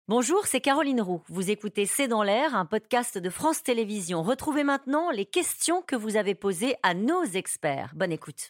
Bonjour, c'est Caroline Roux. Vous écoutez C'est dans l'air, un podcast de France Télévisions. Retrouvez maintenant les questions que vous avez posées à nos experts. Bonne écoute.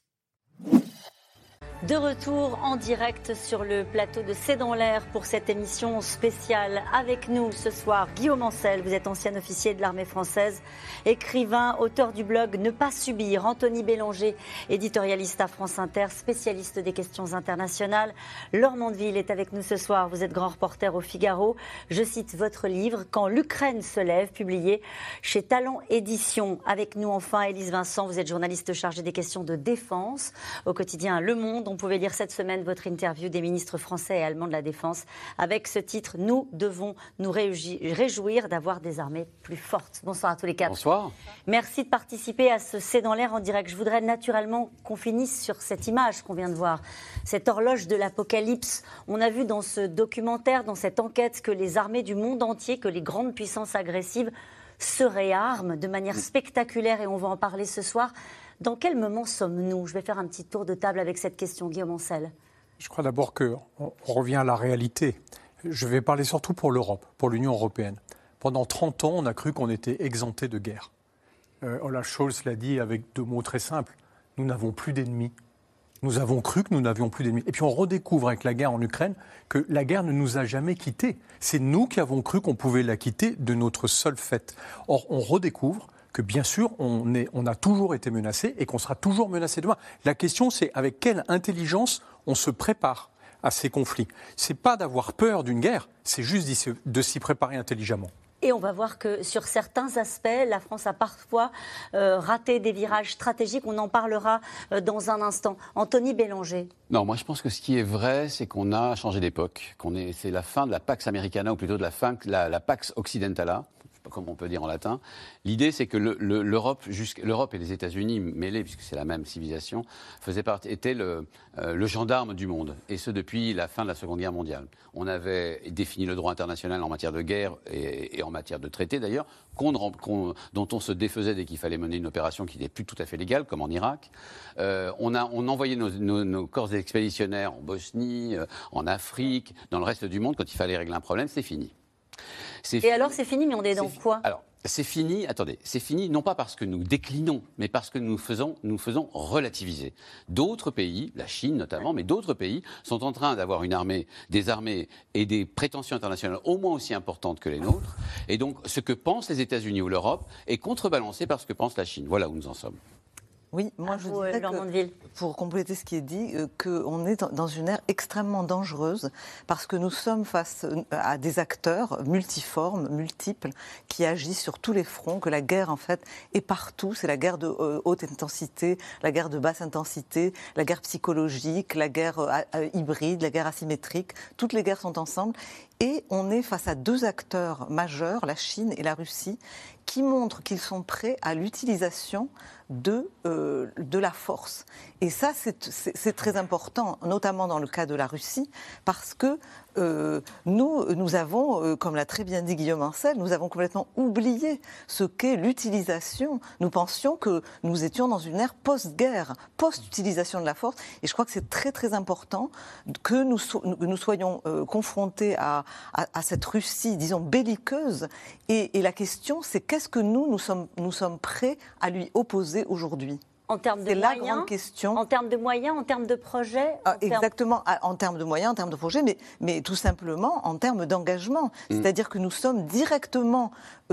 De retour en direct sur le plateau de C'est dans l'air pour cette émission spéciale. Avec nous ce soir, Guillaume Ancel, vous êtes ancien officier de l'armée française, écrivain, auteur du blog Ne pas subir. Anthony Bélanger, éditorialiste à France Inter, spécialiste des questions internationales. Laure Mandeville est avec nous ce soir, vous êtes grand reporter au Figaro. Je cite votre livre « Quand l'Ukraine se lève », publié chez Talent Éditions. Avec nous enfin Élise Vincent, vous êtes journaliste chargée des questions de défense au quotidien Le Monde. On pouvait lire cette semaine votre interview des ministres français et allemands de la Défense avec ce titre « Nous devons nous réjouir d'avoir des armées plus fortes ». Bonsoir à tous les quatre. Bonsoir. Merci de participer à ce C'est dans l'air en direct. Je voudrais naturellement qu'on finisse sur cette image qu'on vient de voir, cette horloge de l'apocalypse. On a vu dans ce documentaire, dans cette enquête, que les armées du monde entier, que les grandes puissances agressives se réarment de manière spectaculaire et on va en parler ce soir. Dans quel moment sommes-nous ? Je vais faire un petit tour de table avec cette question, Guillaume Ancel. Je crois d'abord qu'on revient à la réalité. Je vais parler surtout pour l'Europe, pour l'Union européenne. Pendant 30 ans, on a cru qu'on était exempté de guerre. Olaf Scholz l'a dit avec deux mots très simples. Nous n'avons plus d'ennemis. Nous avons cru que nous n'avions plus d'ennemis. Et puis on redécouvre avec la guerre en Ukraine que la guerre ne nous a jamais quittés. C'est nous qui avons cru qu'on pouvait la quitter de notre seul fait. Or, on redécouvre que bien sûr, on a toujours été menacé et qu'on sera toujours menacé demain. La question, c'est avec quelle intelligence on se prépare à ces conflits. Ce n'est pas d'avoir peur d'une guerre, c'est juste de s'y préparer intelligemment. Et on va voir que sur certains aspects, la France a parfois raté des virages stratégiques. On en parlera dans un instant. Anthony Bélanger. Non, moi je pense que ce qui est vrai, c'est qu'on a changé d'époque. C'est la fin de la Pax Americana, ou plutôt de la Pax Occidentala, comme on peut dire en latin. L'idée, c'est que l'Europe et les États-Unis mêlés, puisque c'est la même civilisation, étaient le gendarme du monde, et ce depuis la fin de la Seconde Guerre mondiale. On avait défini le droit international en matière de guerre et en matière de traités d'ailleurs, dont on se défaisait dès qu'il fallait mener une opération qui n'était plus tout à fait légale, comme en Irak. On envoyait nos corps expéditionnaires en Bosnie, en Afrique, dans le reste du monde, quand il fallait régler un problème, c'est fini. Alors c'est fini, mais on est dans quoi ? Alors, c'est fini non pas parce que nous déclinons, mais parce que nous faisons relativiser. D'autres pays, la Chine notamment, mais d'autres pays, sont en train d'avoir des armées et des prétentions internationales au moins aussi importantes que les nôtres. Et donc, ce que pensent les États-Unis ou l'Europe est contrebalancé par ce que pense la Chine. Voilà où nous en sommes. Oui, moi je dirais que, pour compléter ce qui est dit, qu'on est dans une ère extrêmement dangereuse parce que nous sommes face à des acteurs multiformes, multiples, qui agissent sur tous les fronts, que la guerre en fait est partout. C'est la guerre de haute intensité, la guerre de basse intensité, la guerre psychologique, la guerre hybride, la guerre asymétrique. Toutes les guerres sont ensemble. Et on est face à deux acteurs majeurs, la Chine et la Russie, qui montrent qu'ils sont prêts à l'utilisation de la force. Et ça, c'est très important, notamment dans le cas de la Russie, parce que nous avons, comme l'a très bien dit Guillaume Ancel, nous avons complètement oublié ce qu'est l'utilisation. Nous pensions que nous étions dans une ère post-guerre, post-utilisation de la force. Et je crois que c'est très très important que nous soyons confrontés à cette Russie, disons, belliqueuse. Et la question, c'est qu'est-ce que nous sommes prêts à lui opposer aujourd'hui ? En termes de moyens, grande question. En termes de moyens, en termes de projets Exactement, en termes de moyens, en termes de projets, mais tout simplement en termes d'engagement. C'est-à-dire que nous sommes directement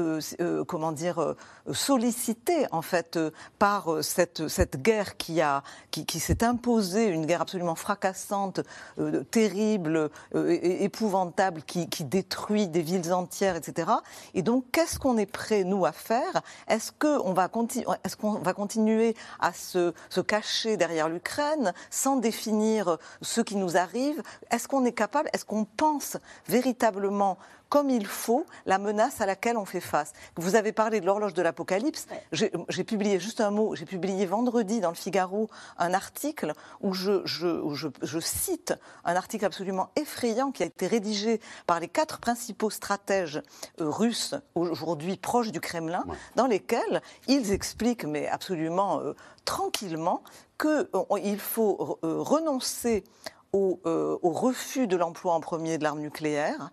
sollicités en fait par cette guerre qui s'est imposée, une guerre absolument fracassante, terrible, épouvantable, qui détruit des villes entières, etc. Et donc, qu'est-ce qu'on est prêt, nous, à faire ? Est-ce qu'on va continuer à se cacher derrière l'Ukraine, sans définir ce qui nous arrive ? Est-ce qu'on est capable, est-ce qu'on pense véritablement comme il faut la menace à laquelle on fait face ? Vous avez parlé de l'horloge de l'apocalypse. Ouais. J'ai publié, juste un mot, j'ai publié vendredi dans le Figaro un article où je cite un article absolument effrayant qui a été rédigé par les 4 principaux stratèges russes aujourd'hui proches du Kremlin, dans lesquels ils expliquent, mais absolument tranquillement, qu'il faut renoncer au refus de l'emploi en premier de l'arme nucléaire,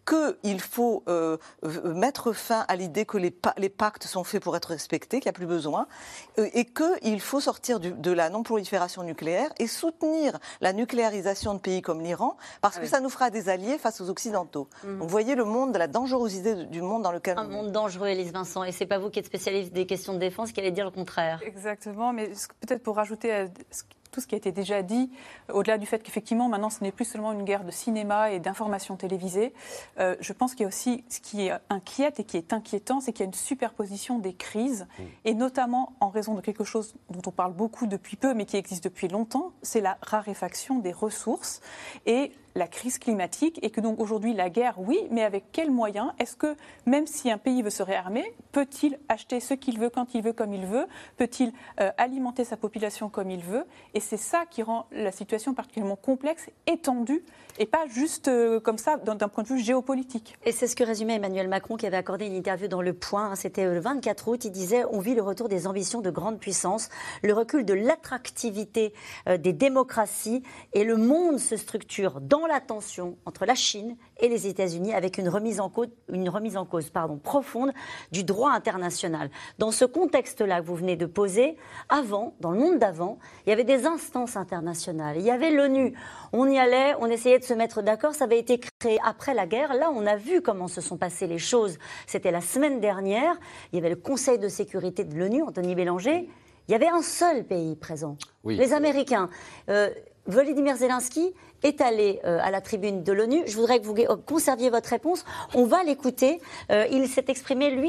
qu'il faut mettre fin à l'idée que les pactes sont faits pour être respectés, qu'il n'y a plus besoin, et qu'il faut sortir de la non-prolifération nucléaire et soutenir la nucléarisation de pays comme l'Iran, parce que ça nous fera des alliés face aux Occidentaux. Donc, vous voyez le monde, la dangerosité du monde dans lequel un monde dangereux, Élise Vincent, et c'est pas vous qui êtes spécialiste des questions de défense qui allez dire le contraire. Exactement, mais peut-être pour rajouter à tout ce qui a été déjà dit, au-delà du fait qu'effectivement, maintenant, ce n'est plus seulement une guerre de cinéma et d'information télévisée, je pense qu'il y a aussi ce qui inquiète et qui est inquiétant, c'est qu'il y a une superposition des crises, et notamment en raison de quelque chose dont on parle beaucoup depuis peu, mais qui existe depuis longtemps, c'est la raréfaction des ressources et la crise climatique, et que donc aujourd'hui la guerre, oui, mais avec quels moyens? Est-ce que même si un pays veut se réarmer, peut-il acheter ce qu'il veut, quand il veut, comme il veut? Peut-il alimenter sa population comme il veut? Et c'est ça qui rend la situation particulièrement complexe, étendue, et pas juste comme ça d'un point de vue géopolitique. Et c'est ce que résumait Emmanuel Macron, qui avait accordé une interview dans Le Point, c'était le 24 août, il disait « On vit le retour des ambitions de grande puissance, le recul de l'attractivité des démocraties, et le monde se structure dans la tension entre la Chine et les États-Unis avec une remise en cause profonde du droit international. » Dans ce contexte-là que vous venez de poser, avant, dans le monde d'avant, il y avait des instances internationales, il y avait l'ONU. On y allait, on essayait de se mettre d'accord, ça avait été créé après la guerre. Là, on a vu comment se sont passées les choses. C'était la semaine dernière, il y avait le Conseil de sécurité de l'ONU, Anthony Bélanger. Il y avait un seul pays présent, les Américains. Volodymyr Zelensky est allé à la tribune de l'ONU. Je voudrais que vous conserviez votre réponse. On va l'écouter. Il s'est exprimé, lui,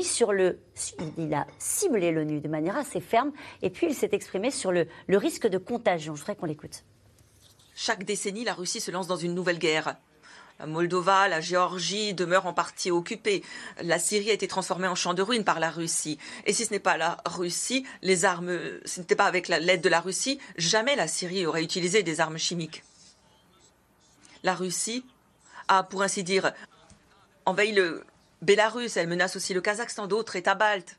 il a ciblé l'ONU de manière assez ferme. Et puis, il s'est exprimé sur le risque de contagion. Je voudrais qu'on l'écoute. Chaque décennie, la Russie se lance dans une nouvelle guerre. La Moldova, la Géorgie demeurent en partie occupées. La Syrie a été transformée en champ de ruines par la Russie. Et si ce n'est pas la Russie, ce n'était pas avec l'aide de la Russie, jamais la Syrie aurait utilisé des armes chimiques. La Russie a, pour ainsi dire, envahi le Bélarus. Elle menace aussi le Kazakhstan, d'autres États baltes.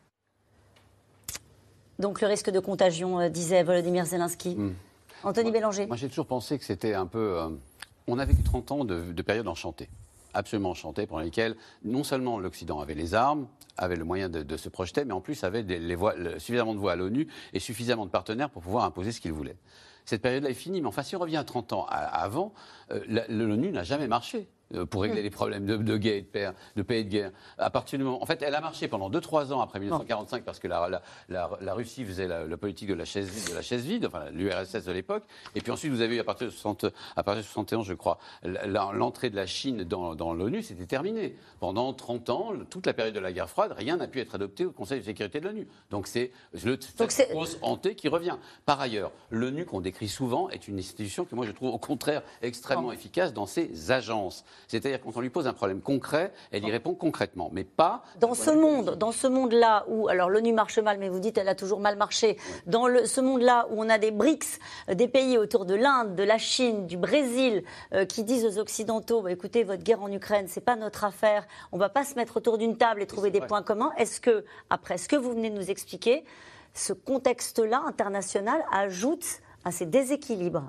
Donc le risque de contagion, disait Volodymyr Zelensky. Anthony Bélanger. Moi, j'ai toujours pensé que c'était un peu... On a vécu 30 ans de période enchantée, absolument enchantée, pendant lesquelles non seulement l'Occident avait les armes, avait le moyen de se projeter, mais en plus avait suffisamment de voix à l'ONU et suffisamment de partenaires pour pouvoir imposer ce qu'il voulait. Cette période-là est finie, mais enfin, si on revient à 30 ans avant, l'ONU n'a jamais marché pour régler les problèmes de paix et de guerre. À partir du moment, en fait, elle a marché pendant 2-3 ans après 1945 parce que la Russie faisait la politique de la chaise vide, enfin l'URSS de l'époque. Et puis ensuite, vous avez eu à partir de 71, je crois, l'entrée de la Chine dans l'ONU, c'était terminé. Pendant 30 ans, toute la période de la guerre froide, rien n'a pu être adopté au Conseil de sécurité de l'ONU. Donc c'est cette grosse hantée qui revient. Par ailleurs, l'ONU qu'on décrit souvent est une institution que moi je trouve au contraire extrêmement efficace dans ses agences. C'est-à-dire quand on lui pose un problème concret, elle y répond concrètement, mais pas... Dans ce monde-là où, alors l'ONU marche mal, mais vous dites elle a toujours mal marché, dans ce monde-là où on a des BRICS, des pays autour de l'Inde, de la Chine, du Brésil, qui disent aux Occidentaux, écoutez, votre guerre en Ukraine, c'est pas notre affaire, on va pas se mettre autour d'une table et trouver des points communs. Est-ce que, après ce que vous venez de nous expliquer, ce contexte-là international ajoute à ces déséquilibres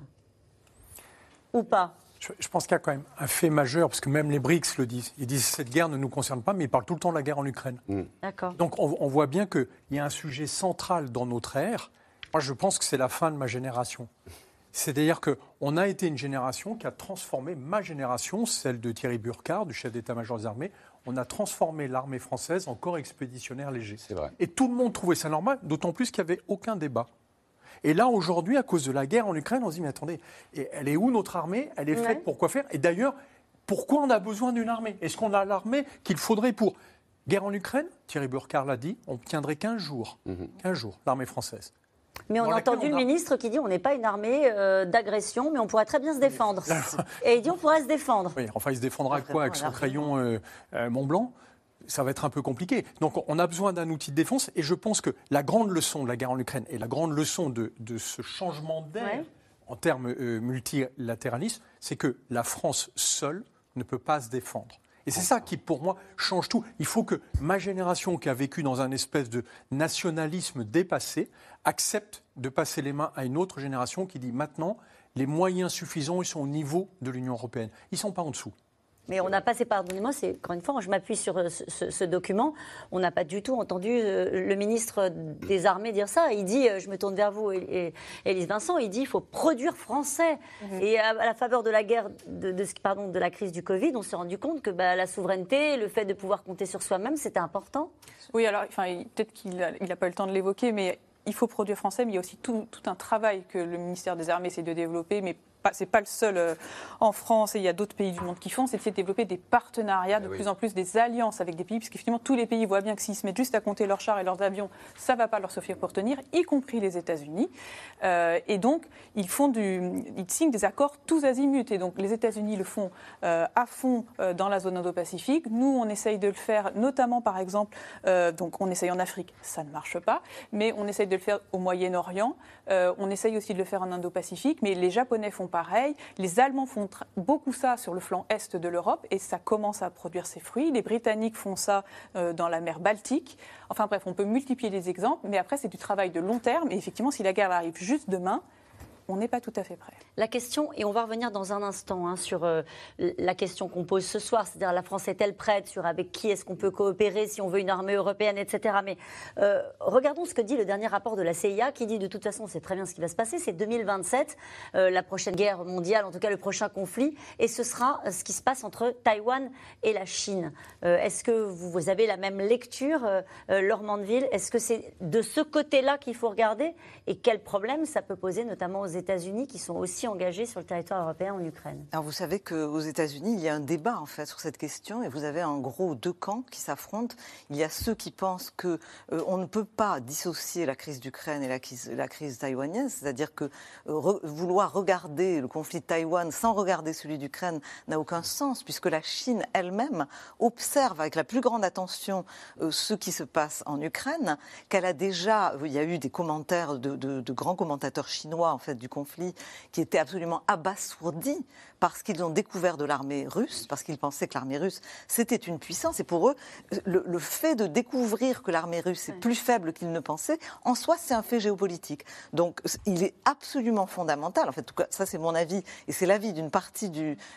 ou pas? Je pense qu'il y a quand même un fait majeur, parce que même les BRICS le disent. Ils disent que cette guerre ne nous concerne pas, mais ils parlent tout le temps de la guerre en Ukraine. D'accord. Donc on voit bien qu'il y a un sujet central dans notre ère. Moi, je pense que c'est la fin de ma génération. C'est-à-dire qu'on a été une génération qui a transformé ma génération, celle de Thierry Burkhardt, du chef d'état-major des armées. On a transformé l'armée française en corps expéditionnaire léger. C'est vrai. Et tout le monde trouvait ça normal, d'autant plus qu'il n'y avait aucun débat. Et là, aujourd'hui, à cause de la guerre en Ukraine, on se dit, mais attendez, elle est où notre armée? Elle est faite pour quoi faire? Et d'ailleurs, pourquoi on a besoin d'une armée? Est-ce qu'on a l'armée qu'il faudrait pour... Guerre en Ukraine, Thierry Burkhardt l'a dit, on tiendrait 15 jours. 15 jours, l'armée française. Mais on a entendu le ministre qui dit on n'est pas une armée d'agression, mais on pourrait très bien se défendre. Et il dit on pourrait se défendre. Oui, enfin, il se défendra quoi avec son crayon Mont-Blanc? Ça va être un peu compliqué. Donc on a besoin d'un outil de défense, et je pense que la grande leçon de la guerre en Ukraine et la grande leçon de ce changement d'air en termes multilatéralisme, c'est que la France seule ne peut pas se défendre. Et c'est ça qui, pour moi, change tout. Il faut que ma génération, qui a vécu dans un espèce de nationalisme dépassé, accepte de passer les mains à une autre génération qui dit maintenant, les moyens suffisants, ils sont au niveau de l'Union européenne. Ils ne sont pas en dessous. Mais on n'a pas, pardonnez-moi, c'est encore une fois, je m'appuie sur ce document, on n'a pas du tout entendu le ministre des Armées dire ça. Il dit, je me tourne vers vous, Élise Vincent, il dit il faut produire français. Et à la faveur de la guerre, de la crise du Covid, on s'est rendu compte que la souveraineté, le fait de pouvoir compter sur soi-même, c'était important. Oui, alors peut-être qu'il n'a pas eu le temps de l'évoquer, mais il faut produire français, mais il y a aussi tout un travail que le ministère des Armées essaie de développer, mais c'est pas le seul en France, et il y a d'autres pays du monde qui font, c'est d'essayer de développer des partenariats, de plus en plus des alliances avec des pays, parce qu'effectivement tous les pays voient bien que s'ils se mettent juste à compter leurs chars et leurs avions, ça ne va pas leur suffire pour tenir, y compris les États-Unis. Et donc ils signent des accords tous azimuts. Et donc les États-Unis le font à fond dans la zone Indo-Pacifique. Nous, on essaye de le faire, notamment par exemple, donc on essaye en Afrique, ça ne marche pas, mais on essaye de le faire au Moyen-Orient. On essaye aussi de le faire en Indo-Pacifique, mais les Japonais font pareil. Les Allemands font beaucoup ça sur le flanc est de l'Europe et ça commence à produire ses fruits. Les Britanniques font ça dans la mer Baltique. Enfin bref, on peut multiplier les exemples, mais après c'est du travail de long terme. Et effectivement, si la guerre arrive juste demain, on n'est pas tout à fait prêt. La question, et on va revenir dans un instant sur la question qu'on pose ce soir, c'est-à-dire la France est-elle prête, sur avec qui est-ce qu'on peut coopérer, si on veut une armée européenne, etc. Mais regardons ce que dit le dernier rapport de la CIA, qui dit de toute façon, c'est très bien ce qui va se passer, c'est 2027, la prochaine guerre mondiale, en tout cas le prochain conflit, et ce sera ce qui se passe entre Taïwan et la Chine. Est-ce que vous avez la même lecture, Laure Mandeville? Est-ce que c'est de ce côté-là qu'il faut regarder? Et quel problème ça peut poser, notamment aux États-Unis, qui sont aussi engagés sur le territoire européen en Ukraine? Alors vous savez qu'aux États-Unis, il y a un débat en fait sur cette question, et vous avez en gros deux camps qui s'affrontent. Il y a ceux qui pensent que on ne peut pas dissocier la crise d'Ukraine et la crise taïwanienne, c'est-à-dire que vouloir regarder le conflit de Taïwan sans regarder celui d'Ukraine n'a aucun sens, puisque la Chine elle-même observe avec la plus grande attention ce qui se passe en Ukraine, qu'elle a déjà, il y a eu des commentaires de grands commentateurs chinois en fait du conflit qui étaient absolument abasourdis parce qu'ils ont découvert de l'armée russe, parce qu'ils pensaient que l'armée russe c'était une puissance, et pour eux le fait de découvrir que l'armée russe est plus faible qu'ils ne pensaient, en soi c'est un fait géopolitique. Donc il est absolument fondamental, en fait, en tout cas, ça c'est mon avis et c'est l'avis d'une partie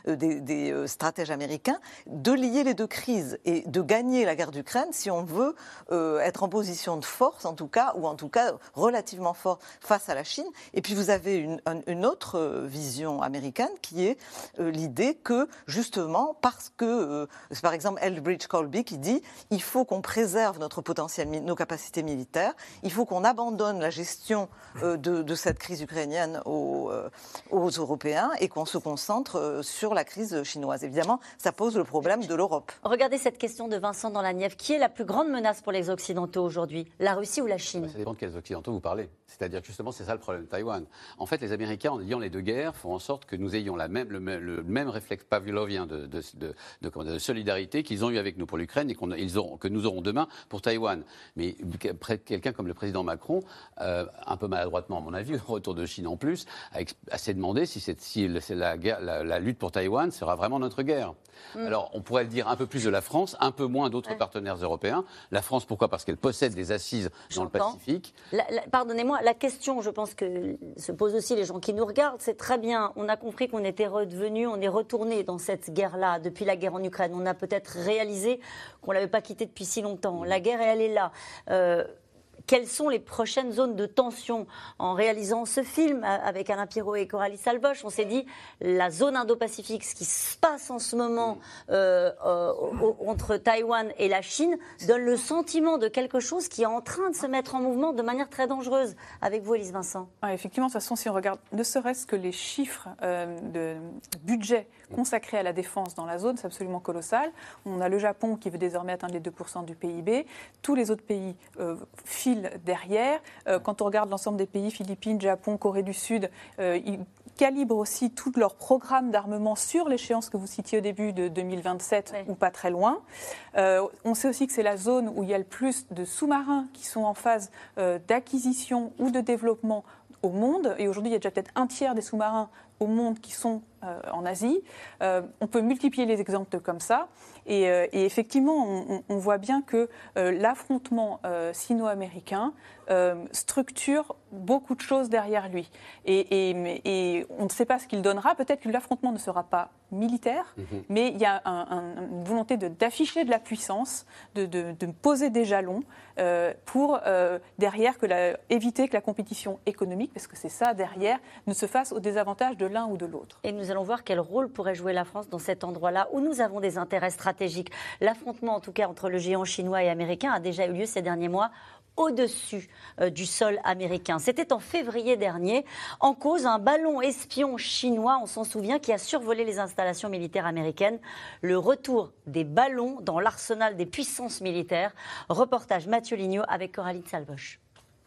des stratèges américains, de lier les deux crises et de gagner la guerre d'Ukraine si on veut être en position de force en tout cas, ou en tout cas relativement fort face à la Chine. Et puis vous avez une autre vision américaine qui est l'idée que justement parce que c'est par exemple Elbridge Colby qui dit il faut qu'on préserve notre potentiel, nos capacités militaires, il faut qu'on abandonne la gestion de cette crise ukrainienne aux Européens et qu'on se concentre sur la crise chinoise. Évidemment, ça pose le problème de l'Europe. Regardez cette question de Vincent dans la Nièvre. Qui est la plus grande menace pour les Occidentaux aujourd'hui? La Russie ou la Chine? Ça dépend de quels Occidentaux vous parlez. C'est-à-dire que justement, c'est ça le problème de Taïwan. En fait, les Américains, en liant les deux guerres, font en sorte que nous ayons le même réflexe pavlovien de solidarité qu'ils ont eu avec nous pour l'Ukraine et que nous aurons demain pour Taïwan. Mais quelqu'un comme le président Macron, un peu maladroitement à mon avis, au retour de Chine en plus, s'est demandé si la lutte pour Taïwan sera vraiment notre guerre. Alors, on pourrait le dire un peu plus de la France, un peu moins d'autres partenaires européens. La France, pourquoi? Parce qu'elle possède des assises dans le Pacifique. Pardonnez-moi, la question, je pense que se posent aussi les gens qui nous regardent, c'est très bien, on a compris qu'on était revenu, on est retourné dans cette guerre-là, depuis la guerre en Ukraine. On a peut-être réalisé qu'on ne l'avait pas quittée depuis si longtemps. La guerre, elle est là. Quelles sont les prochaines zones de tension? En réalisant ce film avec Alain Pirot et Coralie Salboche, on s'est dit la zone Indo-Pacifique, ce qui se passe en ce moment entre Taïwan et la Chine, donne le sentiment de quelque chose qui est en train de se mettre en mouvement de manière très dangereuse. Avec vous, Élise Vincent. Effectivement, de toute façon, si on regarde ne serait-ce que les chiffres de budget consacré à la défense dans la zone, c'est absolument colossal. On a le Japon qui veut désormais atteindre les 2% du PIB. Tous les autres pays filent derrière. Quand on regarde l'ensemble des pays, Philippines, Japon, Corée du Sud, ils calibrent aussi tout leur programme d'armement sur l'échéance que vous citiez au début de 2027 ou pas très loin. On sait aussi que c'est la zone où il y a le plus de sous-marins qui sont en phase d'acquisition ou de développement au monde. Et aujourd'hui, il y a déjà peut-être un tiers des sous-marins au monde qui sont en Asie. On peut multiplier les exemples comme ça. Et effectivement, on voit bien que l'affrontement sino-américain structure beaucoup de choses derrière lui. Et on ne sait pas ce qu'il donnera. Peut-être que l'affrontement ne sera pas militaire, mais il y a une volonté d'afficher de la puissance, de poser des jalons pour derrière éviter que la compétition économique, parce que c'est ça derrière, ne se fasse au désavantage de l'un ou de l'autre. Et nous allons voir quel rôle pourrait jouer la France dans cet endroit-là où nous avons des intérêts stratégiques. L'affrontement, en tout cas, entre le géant chinois et américain a déjà eu lieu ces derniers mois au-dessus du sol américain. C'était en février dernier, en cause un ballon espion chinois, on s'en souvient, qui a survolé les installations militaires américaines. Le retour des ballons dans l'arsenal des puissances militaires. Reportage Mathieu Lignot avec Coralie Salvoche.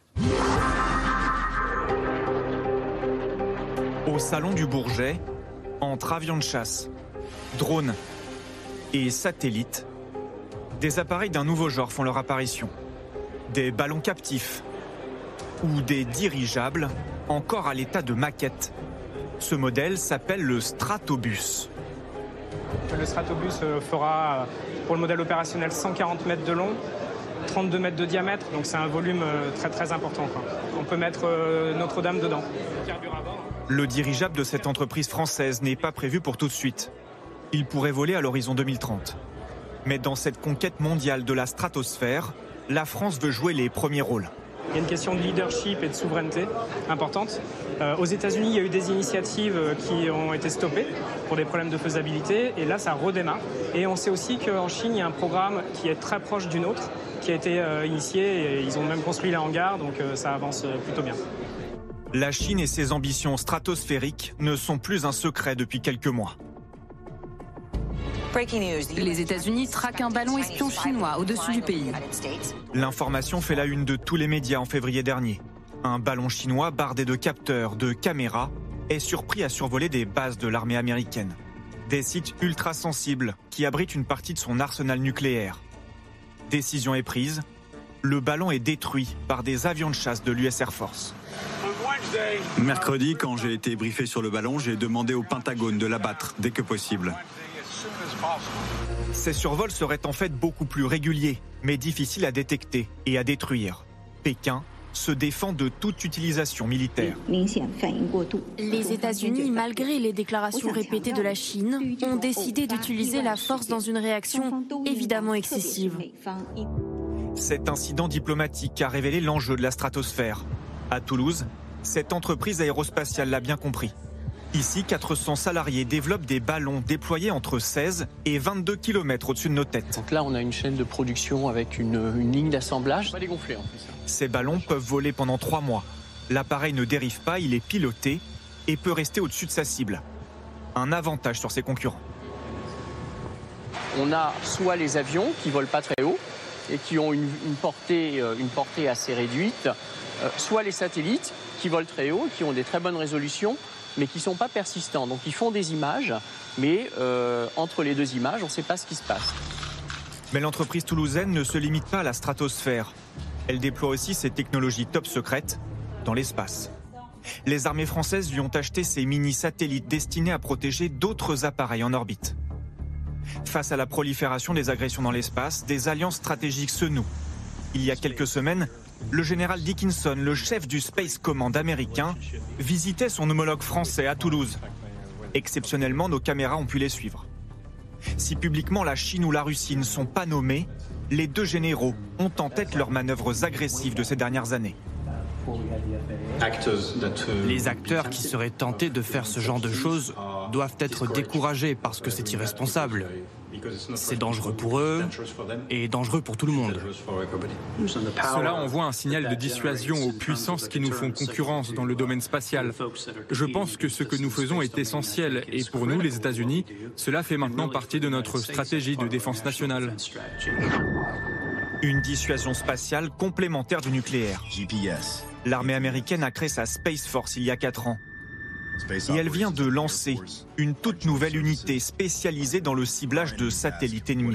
Au salon du Bourget, entre avions de chasse, drones et satellites, des appareils d'un nouveau genre font leur apparition. Des ballons captifs ou des dirigeables encore à l'état de maquette. Ce modèle s'appelle le Stratobus. Le Stratobus fera pour le modèle opérationnel 140 mètres de long, 32 mètres de diamètre, donc c'est un volume très très important. On peut mettre Notre-Dame dedans. Le dirigeable de cette entreprise française n'est pas prévu pour tout de suite. Il pourrait voler à l'horizon 2030. Mais dans cette conquête mondiale de la stratosphère, la France veut jouer les premiers rôles. Il y a une question de leadership et de souveraineté importante. Aux États-Unis, il y a eu des initiatives qui ont été stoppées pour des problèmes de faisabilité. Et là, ça redémarre. Et on sait aussi qu'en Chine, il y a un programme qui est très proche du nôtre, qui a été initié. Et ils ont même construit les hangars, donc ça avance plutôt bien. La Chine et ses ambitions stratosphériques ne sont plus un secret depuis quelques mois. Les États-Unis traquent un ballon espion chinois au-dessus du pays. L'information fait la une de tous les médias en février dernier. Un ballon chinois bardé de capteurs, de caméras, est surpris à survoler des bases de l'armée américaine. Des sites ultra sensibles qui abritent une partie de son arsenal nucléaire. Décision est prise. Le ballon est détruit par des avions de chasse de l'US Air Force. Mercredi, quand j'ai été briefé sur le ballon, j'ai demandé au Pentagone de l'abattre dès que possible. Ces survols seraient en fait beaucoup plus réguliers, mais difficiles à détecter et à détruire. Pékin se défend de toute utilisation militaire. Les États-Unis, malgré les déclarations répétées de la Chine, ont décidé d'utiliser la force dans une réaction évidemment excessive. Cet incident diplomatique a révélé l'enjeu de la stratosphère. À Toulouse, cette entreprise aérospatiale l'a bien compris. Ici, 400 salariés développent des ballons déployés entre 16 et 22 km au-dessus de nos têtes. Donc là, on a une chaîne de production avec une ligne d'assemblage. Pas dégonflé en plus. Ces ballons peuvent voler pendant 3 mois. L'appareil ne dérive pas, il est piloté et peut rester au-dessus de sa cible. Un avantage sur ses concurrents. On a soit les avions qui volent pas très haut et qui ont une portée assez réduite, soit les satellites qui volent très haut, qui ont des très bonnes résolutions, mais qui ne sont pas persistants. Donc ils font des images, mais entre les deux images, on ne sait pas ce qui se passe. Mais l'entreprise toulousaine ne se limite pas à la stratosphère. Elle déploie aussi ses technologies top secrètes dans l'espace. Les armées françaises lui ont acheté ces mini-satellites destinés à protéger d'autres appareils en orbite. Face à la prolifération des agressions dans l'espace, des alliances stratégiques se nouent. Il y a quelques semaines, le général Dickinson, le chef du Space Command américain, visitait son homologue français à Toulouse. Exceptionnellement, nos caméras ont pu les suivre. Si publiquement la Chine ou la Russie ne sont pas nommés, les deux généraux ont en tête leurs manœuvres agressives de ces dernières années. Les acteurs qui seraient tentés de faire ce genre de choses doivent être découragés parce que c'est irresponsable. C'est dangereux pour eux et dangereux pour tout le monde. Cela envoie un signal de dissuasion aux puissances qui nous font concurrence dans le domaine spatial. Je pense que ce que nous faisons est essentiel et pour nous, les États-Unis, cela fait maintenant partie de notre stratégie de défense nationale. Une dissuasion spatiale complémentaire du nucléaire. L'armée américaine a créé sa Space Force il y a 4 ans. Et elle vient de lancer une toute nouvelle unité spécialisée dans le ciblage de satellites ennemis.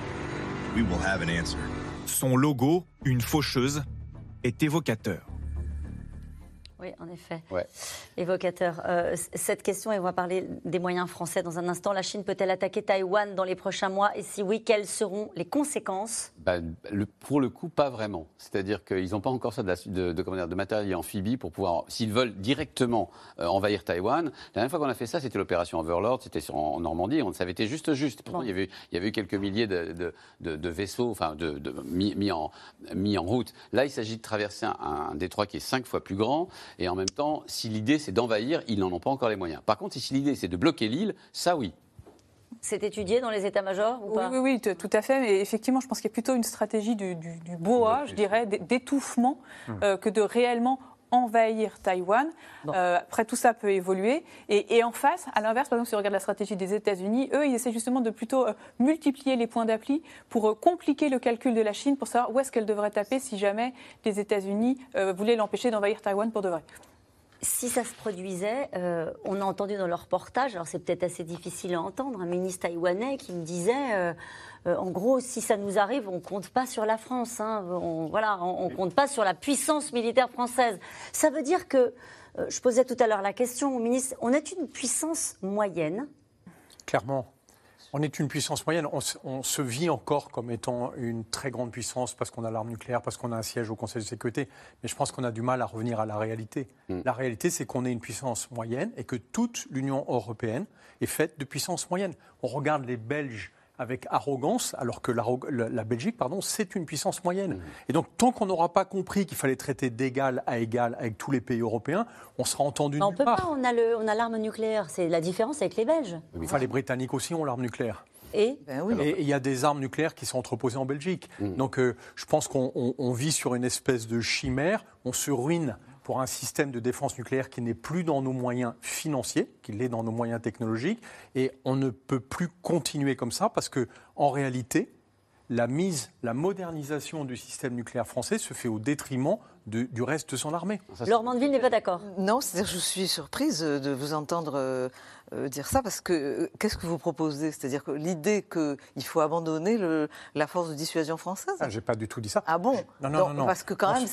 Son logo, une faucheuse, est évocateur. Oui, en effet. Ouais. Évocateur. Cette question, et on va parler des moyens français dans un instant. La Chine peut-elle attaquer Taïwan dans les prochains mois? Et si oui, quelles seront les conséquences? Pour le coup, pas vraiment. C'est-à-dire qu'ils n'ont pas encore ça de matériel amphibie pour pouvoir, s'ils veulent directement envahir Taïwan. La dernière fois qu'on a fait ça, c'était l'opération Overlord, c'était en Normandie, ça avait été juste. Pourtant, il y avait eu quelques milliers de vaisseaux mis en route. Là, il s'agit de traverser un détroit qui est 5 fois plus grand, et en même temps, si l'idée c'est d'envahir, ils n'en ont pas encore les moyens. Par contre, si l'idée c'est de bloquer l'île, ça oui. C'est étudié dans les états-majors ou pas ? Oui, tout à fait. Mais effectivement, je pense qu'il y a plutôt une stratégie du BOA, je dirais, d'étouffement, que de réellement envahir Taïwan. Après, tout ça peut évoluer. Et en face, à l'inverse, par exemple, si on regarde la stratégie des États-Unis, eux, ils essaient justement de plutôt multiplier les points d'appui pour compliquer le calcul de la Chine pour savoir où est-ce qu'elle devrait taper si jamais les États-Unis voulaient l'empêcher d'envahir Taïwan pour de vrai. Si ça se produisait, on a entendu dans leur reportage, alors c'est peut-être assez difficile à entendre, un ministre taïwanais qui me disait, en gros, si ça nous arrive, on ne compte pas sur la France, hein, on ne compte pas sur la puissance militaire française. Ça veut dire que, je posais tout à l'heure la question au ministre, on est une puissance moyenne ? Clairement. On est une puissance moyenne. On se vit encore comme étant une très grande puissance parce qu'on a l'arme nucléaire, parce qu'on a un siège au Conseil de sécurité. Mais je pense qu'on a du mal à revenir à la réalité. La réalité, c'est qu'on est une puissance moyenne et que toute l'Union européenne est faite de puissances moyennes. On regarde les Belges avec arrogance, alors que la Belgique, c'est une puissance moyenne. Et donc, tant qu'on n'aura pas compris qu'il fallait traiter d'égal à égal avec tous les pays européens, on sera entendu nulle part. On peut pas, on a l'arme nucléaire. C'est la différence avec les Belges. Enfin, les Britanniques aussi ont l'arme nucléaire. Et il y a des armes nucléaires qui sont entreposées en Belgique. Donc, je pense qu'on vit sur une espèce de chimère. On se ruine pour un système de défense nucléaire qui n'est plus dans nos moyens financiers, qu'il est dans nos moyens technologiques. Et on ne peut plus continuer comme ça parce qu'en réalité, la modernisation du système nucléaire français se fait au détriment du reste de son armée. Laure Mandeville n'est pas d'accord. Non, c'est-à-dire je suis surprise de vous entendre dire ça parce que qu'est-ce que vous proposez ? C'est-à-dire que l'idée qu'il faut abandonner la force de dissuasion française ? J'ai pas du tout dit ça. Ah bon ? Non. Parce que quand même,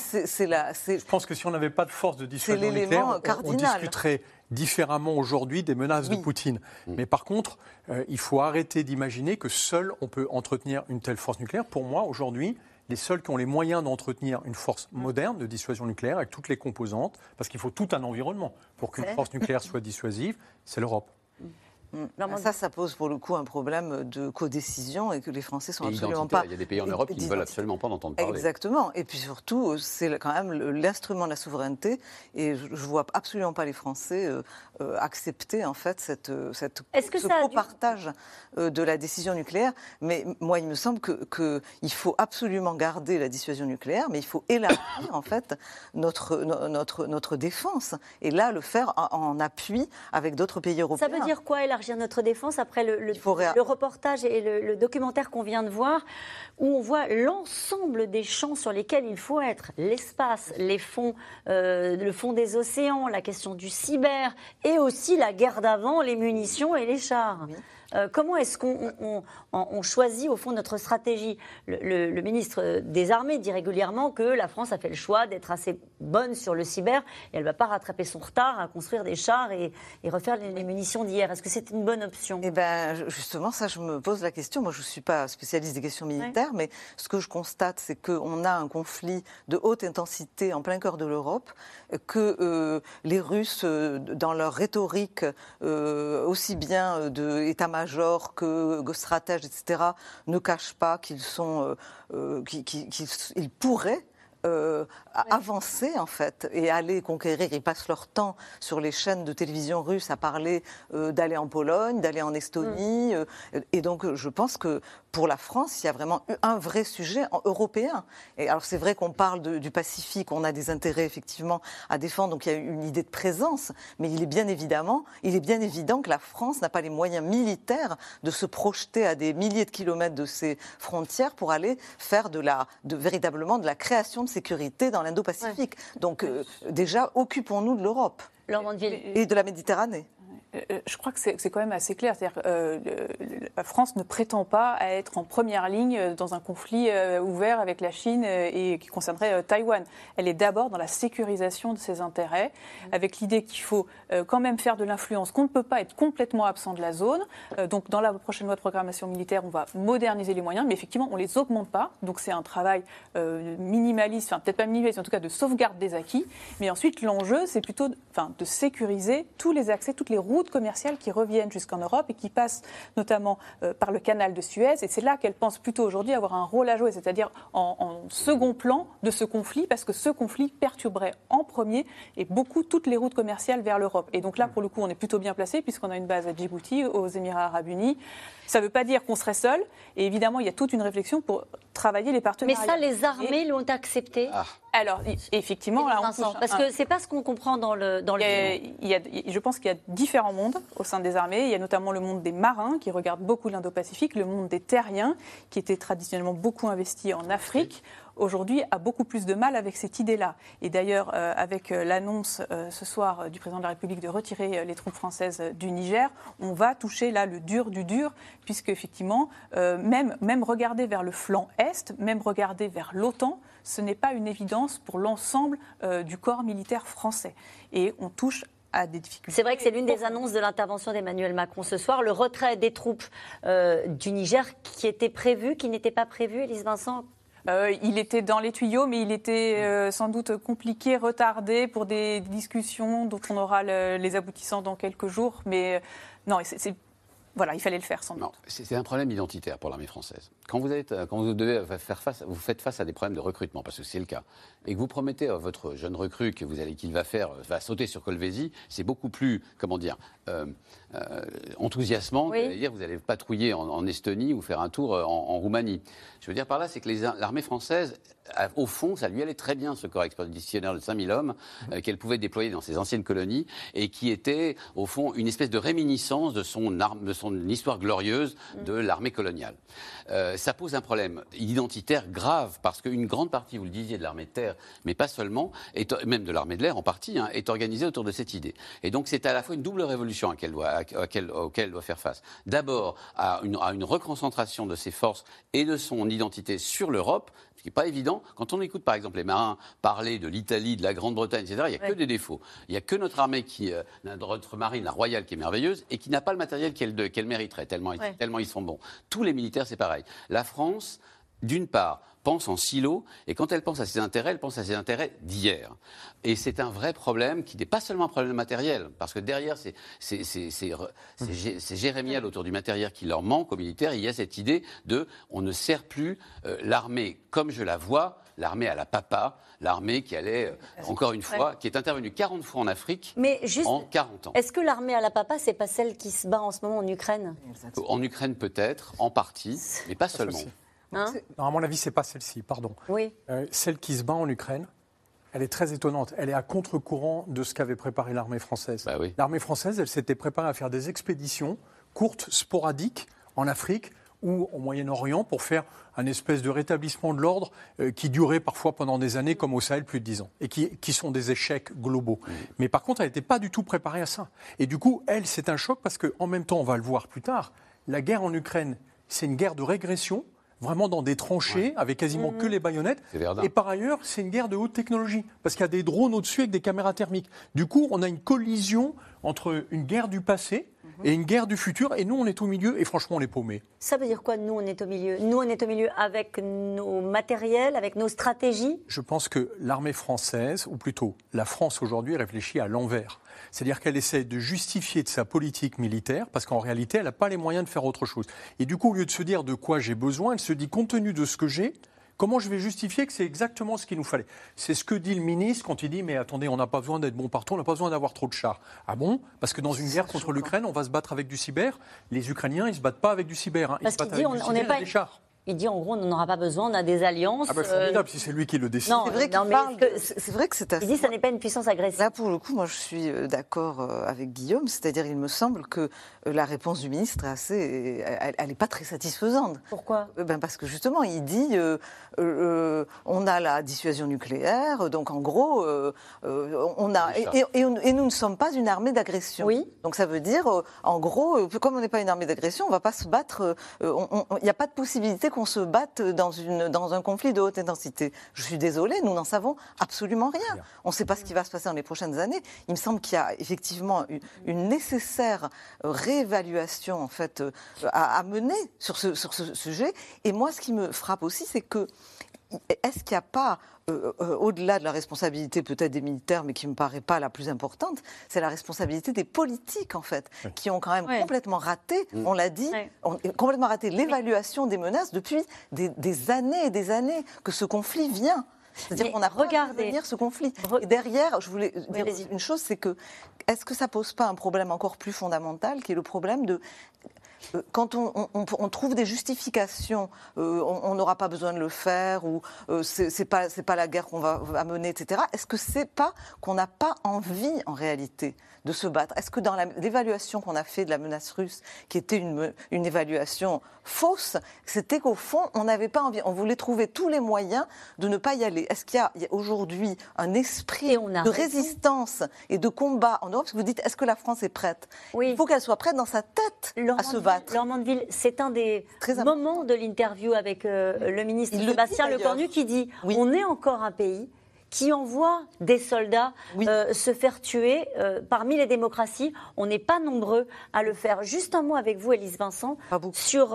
Je pense que si on n'avait pas de force de dissuasion nucléaire, on discuterait différemment aujourd'hui des menaces de Poutine. Mais par contre, il faut arrêter d'imaginer que seul on peut entretenir une telle force nucléaire. Pour moi, aujourd'hui, les seuls qui ont les moyens d'entretenir une force moderne de dissuasion nucléaire avec toutes les composantes, parce qu'il faut tout un environnement pour qu'une force nucléaire soit dissuasive, c'est l'Europe. Ça pose pour le coup un problème de codécision et que les Français sont absolument pas... Il y a des pays en Europe qui ne veulent absolument pas en entendre parler. Exactement. Et puis surtout, c'est quand même l'instrument de la souveraineté et je ne vois absolument pas les Français accepter en fait ce copartage de la décision nucléaire. Mais moi, il me semble qu'il faut absolument garder la dissuasion nucléaire, mais il faut élargir en fait notre défense et là le faire en appui avec d'autres pays européens. Ça veut dire quoi élargir notre défense après le reportage et le documentaire qu'on vient de voir, où on voit l'ensemble des champs sur lesquels il faut être, l'espace, les fonds, le fond des océans, la question du cyber et aussi la guerre d'avant, les munitions et les chars. Oui. Comment est-ce qu'on choisit au fond notre stratégie ? Le ministre des Armées dit régulièrement que la France a fait le choix d'être assez bonne sur le cyber et elle ne va pas rattraper son retard à construire des chars et refaire les munitions d'hier. Est-ce que c'est une bonne option ? Eh bien, justement, ça, je me pose la question. Moi, je ne suis pas spécialiste des questions militaires, mais ce que je constate, c'est qu'on a un conflit de haute intensité en plein cœur de l'Europe, que les Russes, dans leur rhétorique, aussi bien d'état-major que stratèges, etc., ne cachent pas qu'ils pourraient avancer en fait et aller conquérir. Ils passent leur temps sur les chaînes de télévision russes à parler d'aller en Pologne, d'aller en Estonie. Et donc je pense que pour la France, il y a vraiment un vrai sujet européen. Et alors c'est vrai qu'on parle du Pacifique, on a des intérêts effectivement à défendre, donc il y a une idée de présence, mais il est bien évident que la France n'a pas les moyens militaires de se projeter à des milliers de kilomètres de ses frontières pour aller faire véritablement de la création de sécurité dans l'Indo-Pacifique. Donc déjà, occupons-nous de l'Europe et de la Méditerranée. Je crois que c'est quand même assez clair. C'est-à-dire que la France ne prétend pas à être en première ligne dans un conflit ouvert avec la Chine et qui concernerait Taïwan. Elle est d'abord dans la sécurisation de ses intérêts, avec l'idée qu'il faut quand même faire de l'influence, qu'on ne peut pas être complètement absent de la zone. Donc dans la prochaine loi de programmation militaire, on va moderniser les moyens, mais effectivement, on ne les augmente pas. Donc c'est un travail minimaliste, enfin peut-être pas minimaliste, en tout cas de sauvegarde des acquis. Mais ensuite, l'enjeu, c'est plutôt de sécuriser tous les accès, toutes les routes commerciales qui reviennent jusqu'en Europe et qui passent notamment par le canal de Suez. Et c'est là qu'elle pense plutôt aujourd'hui avoir un rôle à jouer, c'est-à-dire en second plan de ce conflit, parce que ce conflit perturberait en premier et beaucoup toutes les routes commerciales vers l'Europe. Et donc là, pour le coup, on est plutôt bien placé puisqu'on a une base à Djibouti, aux Émirats arabes unis. Ça ne veut pas dire qu'on serait seul. Et évidemment, il y a toute une réflexion pour travailler les partenariats. Mais ça, les armées l'ont accepté. Alors, effectivement, là, on touche parce que c'est pas ce qu'on comprend dans le je pense qu'il y a différents mondes au sein des armées. Il y a notamment le monde des marins qui regardent beaucoup l'Indo-Pacifique, le monde des terriens qui était traditionnellement beaucoup investi en Afrique. Aujourd'hui, a beaucoup plus de mal avec cette idée-là. Et d'ailleurs, avec l'annonce ce soir du président de la République de retirer les troupes françaises du Niger, on va toucher là le dur du dur, puisque effectivement, même regarder vers le flanc Est, même regarder vers l'OTAN, ce n'est pas une évidence pour l'ensemble du corps militaire français. Et on touche à des difficultés. C'est vrai que c'est l'une des annonces de l'intervention d'Emmanuel Macron ce soir, le retrait des troupes du Niger qui était prévu, qui n'était pas prévu, Élise Vincent. Il était dans les tuyaux, mais il était sans doute compliqué, retardé pour des discussions dont on aura les aboutissants dans quelques jours. Mais non, voilà, il fallait le faire sans doute. C'est un problème identitaire pour l'armée française. Quand vous faites face à des problèmes de recrutement, parce que c'est le cas, et que vous promettez à votre jeune recrue qu'il va sauter sur Colvézi, c'est beaucoup plus, enthousiasmant. Oui. Vous allez patrouiller en Estonie ou faire un tour en Roumanie. Je veux dire par là, c'est que l'armée française, au fond, ça lui allait très bien, ce corps expéditionnaire de 5000 hommes qu'elle pouvait déployer dans ses anciennes colonies et qui était, au fond, une espèce de réminiscence de son histoire glorieuse de l'armée coloniale. Ça pose un problème identitaire grave parce qu'une grande partie, vous le disiez, de l'armée de terre, mais pas seulement, même de l'armée de l'air en partie, est organisée autour de cette idée. Et donc c'est à la fois une double révolution auquel elle doit faire face. D'abord à une reconcentration de ses forces et de son identité sur l'Europe, ce qui n'est pas évident. Quand on écoute par exemple les marins parler de l'Italie, de la Grande-Bretagne, etc., il n'y a que des défauts. Il n'y a que notre armée, notre marine, la royale, qui est merveilleuse et qui n'a pas le matériel qu'elle mériterait, tellement ils sont bons. Tous les militaires, c'est pareil. La France, d'une part, pense en silo, et quand elle pense à ses intérêts, elle pense à ses intérêts d'hier. Et c'est un vrai problème qui n'est pas seulement un problème matériel, parce que derrière, c'est jérémial autour du matériel qui leur manque aux militaires. Il y a cette idée on ne sert plus l'armée comme je la vois, l'armée à la papa, l'armée qui allait, encore une fois, qui est intervenue 40 fois en Afrique en 40 ans. Est-ce que l'armée à la papa, c'est pas celle qui se bat en ce moment en Ukraine ? En Ukraine peut-être, en partie, mais pas seulement. À mon avis, ce n'est pas celle-ci, pardon. Oui. Celle qui se bat en Ukraine, elle est très étonnante. Elle est à contre-courant de ce qu'avait préparé l'armée française. Bah oui. L'armée française, elle s'était préparée à faire des expéditions courtes, sporadiques, en Afrique ou au Moyen-Orient pour faire un espèce de rétablissement de l'ordre qui durait parfois pendant des années, comme au Sahel, plus de 10 ans, et qui sont des échecs globaux. Mais par contre, elle n'était pas du tout préparée à ça. Et du coup, c'est un choc parce qu'en même temps, on va le voir plus tard, la guerre en Ukraine, c'est une guerre de régression, vraiment dans des tranchées, avec quasiment que les baïonnettes. Et par ailleurs, c'est une guerre de haute technologie, parce qu'il y a des drones au-dessus avec des caméras thermiques. Du coup, on a une collision entre une guerre du passé et une guerre du futur, et nous, on est au milieu, et franchement, on est paumés. Ça veut dire quoi, nous, on est au milieu ? Nous, on est au milieu avec nos matériels, avec nos stratégies ? Je pense que l'armée française, ou plutôt la France aujourd'hui, réfléchit à l'envers. C'est-à-dire qu'elle essaie de justifier de sa politique militaire, parce qu'en réalité, elle n'a pas les moyens de faire autre chose. Et du coup, au lieu de se dire de quoi j'ai besoin, elle se dit, compte tenu de ce que j'ai, comment je vais justifier que c'est exactement ce qu'il nous fallait ? C'est ce que dit le ministre quand il dit « mais attendez, on n'a pas besoin d'être bon partout, on n'a pas besoin d'avoir trop de chars ». Ah bon ? Parce que dans une guerre contre l'Ukraine, on va se battre avec du cyber. Les Ukrainiens, ils ne se battent pas avec du cyber, ils se battent avec du cyber et des chars. Il dit en gros, on n'en aura pas besoin, on a des alliances. Ah ben formidable, si c'est lui qui le décide. Non, c'est vrai que c'est assez... Il dit que ça n'est pas une puissance agressive. Là, pour le coup, moi, je suis d'accord avec Guillaume. C'est-à-dire, il me semble que la réponse du ministre est elle n'est pas très satisfaisante. Pourquoi ? Parce que justement, il dit on a la dissuasion nucléaire, donc en gros, on a et nous ne sommes pas une armée d'agression. Oui. Donc ça veut dire, en gros, comme on n'est pas une armée d'agression, on ne va pas se battre. Il n'y a pas de possibilité qu'on se batte dans un conflit de haute intensité. Je suis désolée, nous n'en savons absolument rien. On ne sait pas ce qui va se passer dans les prochaines années. Il me semble qu'il y a effectivement une nécessaire réévaluation en fait à mener sur ce sujet. Et moi, ce qui me frappe aussi, c'est que est-ce qu'il n'y a pas au-delà de la responsabilité peut-être des militaires, mais qui ne me paraît pas la plus importante, c'est la responsabilité des politiques, en fait, qui ont quand même complètement raté, on l'a dit, complètement raté l'évaluation des menaces depuis des années et des années que ce conflit vient. C'est-à-dire qu'on n'a pas vu venir ce conflit. Et derrière, je voulais dire une chose, c'est que est-ce que ça ne pose pas un problème encore plus fondamental, qui est le problème de... Quand on trouve des justifications, on n'aura pas besoin de le faire, ou c'est pas la guerre qu'on va mener, etc. Est-ce que c'est pas qu'on n'a pas envie, en réalité, de se battre ? Est-ce que dans l'évaluation qu'on a fait de la menace russe, qui était une évaluation fausse, c'était qu'au fond, on n'avait pas envie, on voulait trouver tous les moyens de ne pas y aller. Est-ce qu'il y a aujourd'hui un esprit de résistance et de combat en Europe ? Parce que vous dites, est-ce que la France est prête ? Il faut qu'elle soit prête dans sa tête à se battre. Laurent Mandeville, c'est un des moments de l'interview avec le ministre Sébastien Lecornu qui dit on est encore un pays qui envoie des soldats se faire tuer parmi les démocraties. On n'est pas nombreux à le faire. Juste un mot avec vous, Élise Vincent, sur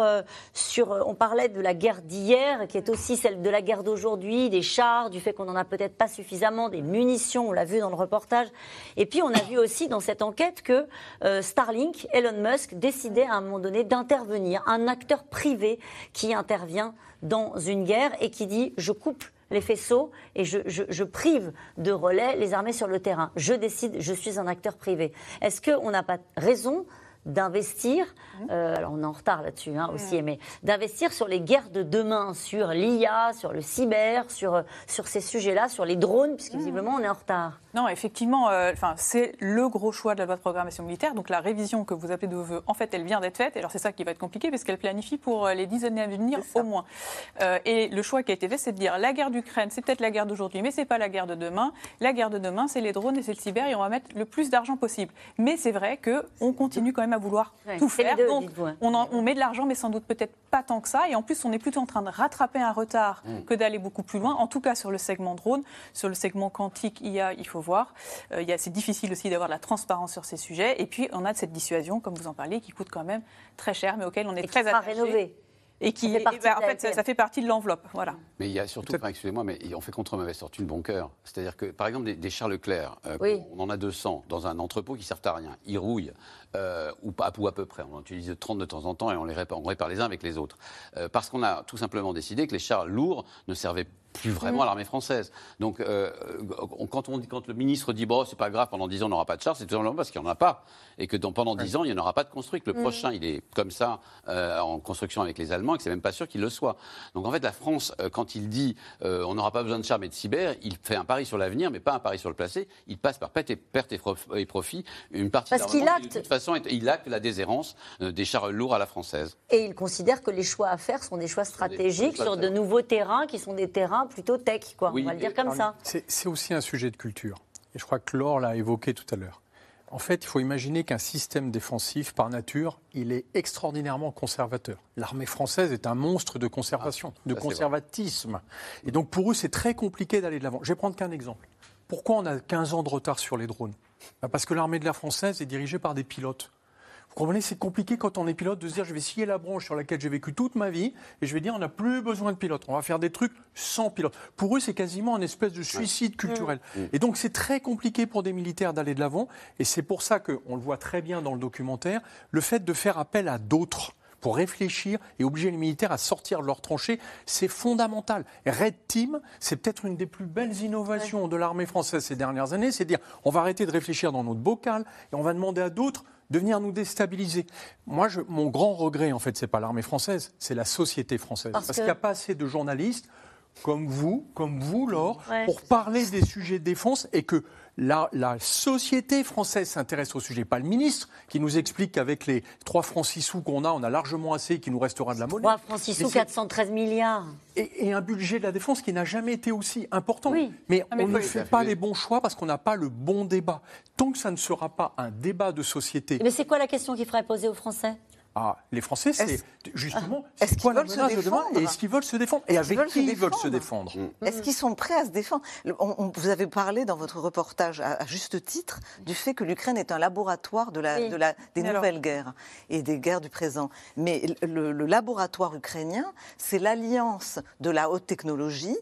on parlait de la guerre d'hier, qui est aussi celle de la guerre d'aujourd'hui, des chars, du fait qu'on n'en a peut-être pas suffisamment, des munitions, on l'a vu dans le reportage. Et puis on a vu aussi dans cette enquête que Starlink, Elon Musk, décidait à un moment donné d'intervenir, un acteur privé qui intervient dans une guerre et qui dit « je coupe les faisceaux et je prive de relais les armées sur le terrain. Je décide, je suis un acteur privé. » Est-ce qu'on n'a pas raison d'investir, alors on est en retard là-dessus aussi, mais d'investir sur les guerres de demain, sur l'IA, sur le cyber, sur ces sujets-là, sur les drones, puisque visiblement on est en retard. Non, effectivement, c'est le gros choix de la loi de programmation militaire. Donc la révision que vous appelez de vos voeux, en fait, elle vient d'être faite. Alors c'est ça qui va être compliqué, parce qu'elle planifie pour les 10 années à venir au moins. Et le choix qui a été fait, c'est de dire la guerre d'Ukraine, c'est peut-être la guerre d'aujourd'hui, mais c'est pas la guerre de demain. La guerre de demain, c'est les drones et c'est le cyber, et on va mettre le plus d'argent possible. Mais c'est vrai qu'on continue quand même à vouloir tout faire. Donc on met de l'argent, mais sans doute peut-être pas tant que ça. Et en plus, on est plutôt en train de rattraper un retard que d'aller beaucoup plus loin. En tout cas, sur le segment drone, sur le segment quantique, IA, il faut voir. C'est difficile aussi d'avoir de la transparence sur ces sujets. Et puis, on a de cette dissuasion, comme vous en parlez, qui coûte quand même très cher, mais auquel on est très attaché. Rénové. Et qui, en fait, ça fait partie de l'enveloppe. Voilà. Mais il y a surtout, excusez-moi, mais on fait contre mauvaise fortune bon cœur. C'est-à-dire que, par exemple, des chars Leclerc, on en a 200 dans un entrepôt qui ne servent à rien. Ils rouillent, ou à peu près. On en utilise 30 de temps en temps et on répare les uns avec les autres. Parce qu'on a tout simplement décidé que les chars lourds ne servaient plus vraiment à l'armée française. Donc, quand le ministre dit bon, c'est pas grave, pendant 10 ans, on n'aura pas de chars, c'est tout simplement parce qu'il n'y en a pas. Et que pendant 10 ans, il n'y en aura pas de construit. Que le prochain, il est comme ça, en construction avec les Allemands, et que c'est même pas sûr qu'il le soit. Donc, en fait, la France, quand il dit on n'aura pas besoin de chars mais de cyber, il fait un pari sur l'avenir, mais pas un pari sur le passé. Il passe par perte et profit. Une partie parce qu'il acte. De toute façon, il acte la déshérence des chars lourds à la française. Et il considère que les choix à faire sont des choix stratégiques sur de nouveaux terrains qui sont des terrains plutôt tech, quoi. On va le dire comme ça. C'est aussi un sujet de culture. Et je crois que Laure l'a évoqué tout à l'heure. En fait, il faut imaginer qu'un système défensif, par nature, il est extraordinairement conservateur. L'armée française est un monstre de conservation, de conservatisme. Et donc, pour eux, c'est très compliqué d'aller de l'avant. Je vais prendre qu'un exemple. Pourquoi on a 15 ans de retard sur les drones ? Parce que l'armée de l'air française est dirigée par des pilotes. Vous comprenez, c'est compliqué quand on est pilote de se dire je vais scier la branche sur laquelle j'ai vécu toute ma vie et je vais dire on n'a plus besoin de pilote, on va faire des trucs sans pilote. Pour eux, c'est quasiment une espèce de suicide culturel. Et donc c'est très compliqué pour des militaires d'aller de l'avant et c'est pour ça qu'on le voit très bien dans le documentaire, le fait de faire appel à d'autres pour réfléchir et obliger les militaires à sortir de leur tranchée, c'est fondamental. Red Team, c'est peut-être une des plus belles innovations de l'armée française ces dernières années, c'est de dire on va arrêter de réfléchir dans notre bocal et on va demander à d'autres de venir nous déstabiliser. Moi, mon grand regret, en fait, c'est pas l'armée française, c'est la société française. Parce qu'il n'y a pas assez de journalistes comme vous, Laure, pour parler des sujets de défense et que la société française s'intéresse au sujet, pas le ministre qui nous explique qu'avec les 3 francs 6 sous qu'on a, on a largement assez et qu'il nous restera de la monnaie. 3 francs 6 sous, 413 milliards. Et un budget de la défense qui n'a jamais été aussi important. Oui. Mais on ne fait pas les bons choix parce qu'on n'a pas le bon débat. Tant que ça ne sera pas un débat de société... Mais c'est quoi la question qu'il faudrait poser aux Français ? Les Français, c'est justement, c'est quoi la menace de demain et est-ce qu'ils veulent se défendre ? Et avec qui ils veulent se défendre ? Est-ce qu'ils sont prêts à se défendre ? Vous avez parlé dans votre reportage, à juste titre, du fait que l'Ukraine est un laboratoire des nouvelles guerres et des guerres du présent. Mais le laboratoire ukrainien, c'est l'alliance de la haute technologie,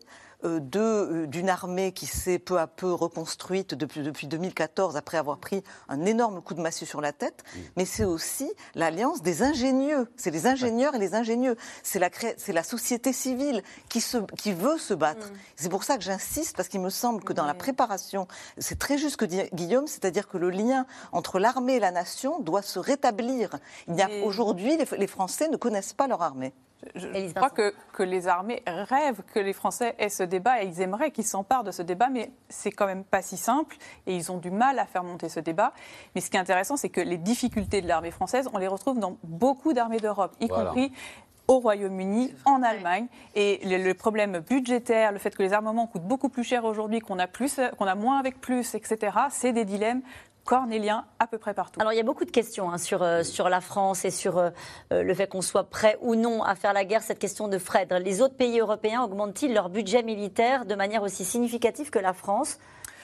d'une armée qui s'est peu à peu reconstruite depuis 2014 après avoir pris un énorme coup de massue sur la tête, mais c'est aussi l'alliance des ingénieux. C'est les ingénieurs et les ingénieux. C'est la société civile qui veut se battre. C'est pour ça que j'insiste, parce qu'il me semble que dans la préparation, c'est très juste ce que dit Guillaume, c'est-à-dire que le lien entre l'armée et la nation doit se rétablir. Aujourd'hui, les Français ne connaissent pas leur armée. Je crois que les armées rêvent que les Français aient ce débat et ils aimeraient qu'ils s'emparent de ce débat, mais c'est quand même pas si simple et ils ont du mal à faire monter ce débat. Mais ce qui est intéressant, c'est que les difficultés de l'armée française, on les retrouve dans beaucoup d'armées d'Europe, y compris au Royaume-Uni, en Allemagne. Et le problème budgétaire, le fait que les armements coûtent beaucoup plus cher aujourd'hui, qu'on a moins avec plus, etc., c'est des dilemmes cornéliens à peu près partout. Alors il y a beaucoup de questions sur la France et sur le fait qu'on soit prêt ou non à faire la guerre, cette question de Fred. Les autres pays européens augmentent-ils leur budget militaire de manière aussi significative que la France ?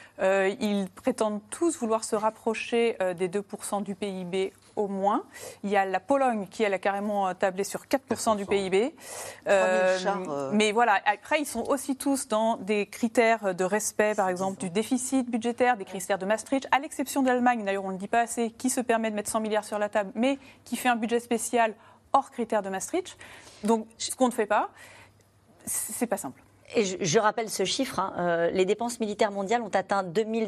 Ils prétendent tous vouloir se rapprocher des 2% du PIB au moins. Il y a la Pologne qui, elle, a carrément tablé sur 4% du PIB. Mais voilà, après, ils sont aussi tous dans des critères de respect, par exemple, du déficit budgétaire, des critères de Maastricht, à l'exception de l'Allemagne, d'ailleurs, on ne le dit pas assez, qui se permet de mettre 100 milliards sur la table, mais qui fait un budget spécial hors critères de Maastricht. Donc, ce qu'on ne fait pas, c'est pas simple. Et je rappelle ce chiffre, les dépenses militaires mondiales ont atteint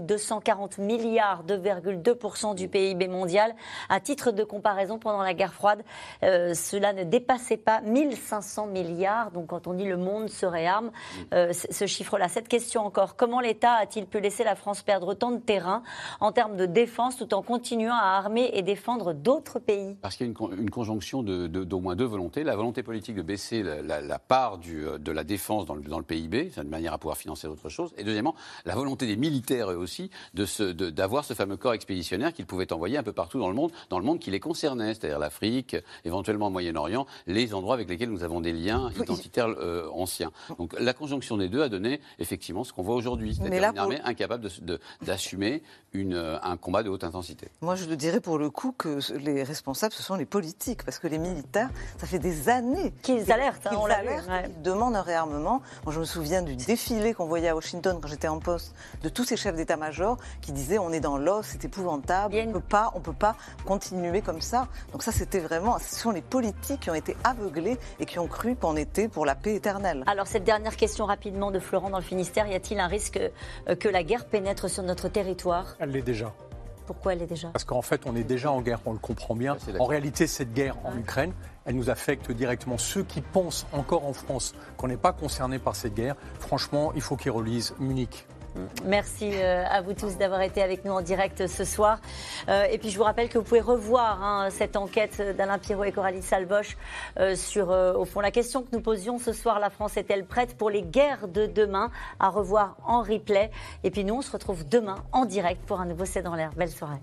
2240 milliards, 2,2% du PIB mondial. À titre de comparaison, pendant la guerre froide, cela ne dépassait pas 1500 milliards. Donc quand on dit le monde se réarme, ce chiffre-là. Cette question encore, comment l'État a-t-il pu laisser la France perdre autant de terrain en termes de défense tout en continuant à armer et défendre d'autres pays ? Parce qu'il y a une conjonction d'au moins 2 volontés. La volonté politique de baisser la part de la défense dans le PIB, de manière à pouvoir financer autre chose. Et deuxièmement, la volonté des militaires, eux aussi, d'avoir ce fameux corps expéditionnaire qu'ils pouvaient envoyer un peu partout dans le monde qui les concernait, c'est-à-dire l'Afrique, éventuellement le Moyen-Orient, les endroits avec lesquels nous avons des liens identitaires anciens. Donc la conjonction des deux a donné effectivement ce qu'on voit aujourd'hui, c'est-à-dire une armée incapable d'assumer un combat de haute intensité. Moi, je dirais pour le coup que les responsables, ce sont les politiques, parce que les militaires, ça fait des années qu'ils alertent, qu'ils demandent un réarmement. Moi, je me souviens du défilé qu'on voyait à Washington quand j'étais en poste, de tous ces chefs d'état-major qui disaient on est dans l'os, c'est épouvantable, on peut pas continuer comme ça. Donc ça, c'était vraiment, ce sont les politiques qui ont été aveuglés et qui ont cru qu'on était pour la paix éternelle. Alors cette dernière question rapidement de Florent dans le Finistère, y a-t-il un risque que la guerre pénètre sur notre territoire ? Elle l'est déjà. Pourquoi elle est déjà ? Parce qu'en fait, on est déjà en guerre, on le comprend bien. En réalité, cette guerre en Ukraine, elle nous affecte directement. Ceux qui pensent encore en France qu'on n'est pas concernés par cette guerre, franchement, il faut qu'ils relisent Munich. Merci à vous tous d'avoir été avec nous en direct ce soir. Et puis je vous rappelle que vous pouvez revoir cette enquête d'Alain Pirot et Coralie Salboche sur, au fond, la question que nous posions ce soir. La France est-elle prête pour les guerres de demain ? À revoir en replay. Et puis nous, on se retrouve demain en direct pour un nouveau C'est dans l'air. Belle soirée.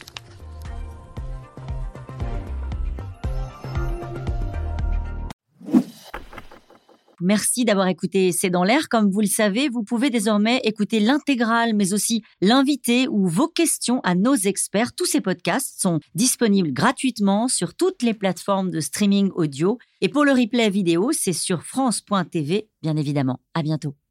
Merci d'avoir écouté C'est dans l'air. Comme vous le savez, vous pouvez désormais écouter l'intégrale, mais aussi l'invité ou vos questions à nos experts. Tous ces podcasts sont disponibles gratuitement sur toutes les plateformes de streaming audio. Et pour le replay vidéo, c'est sur France.tv, bien évidemment. À bientôt.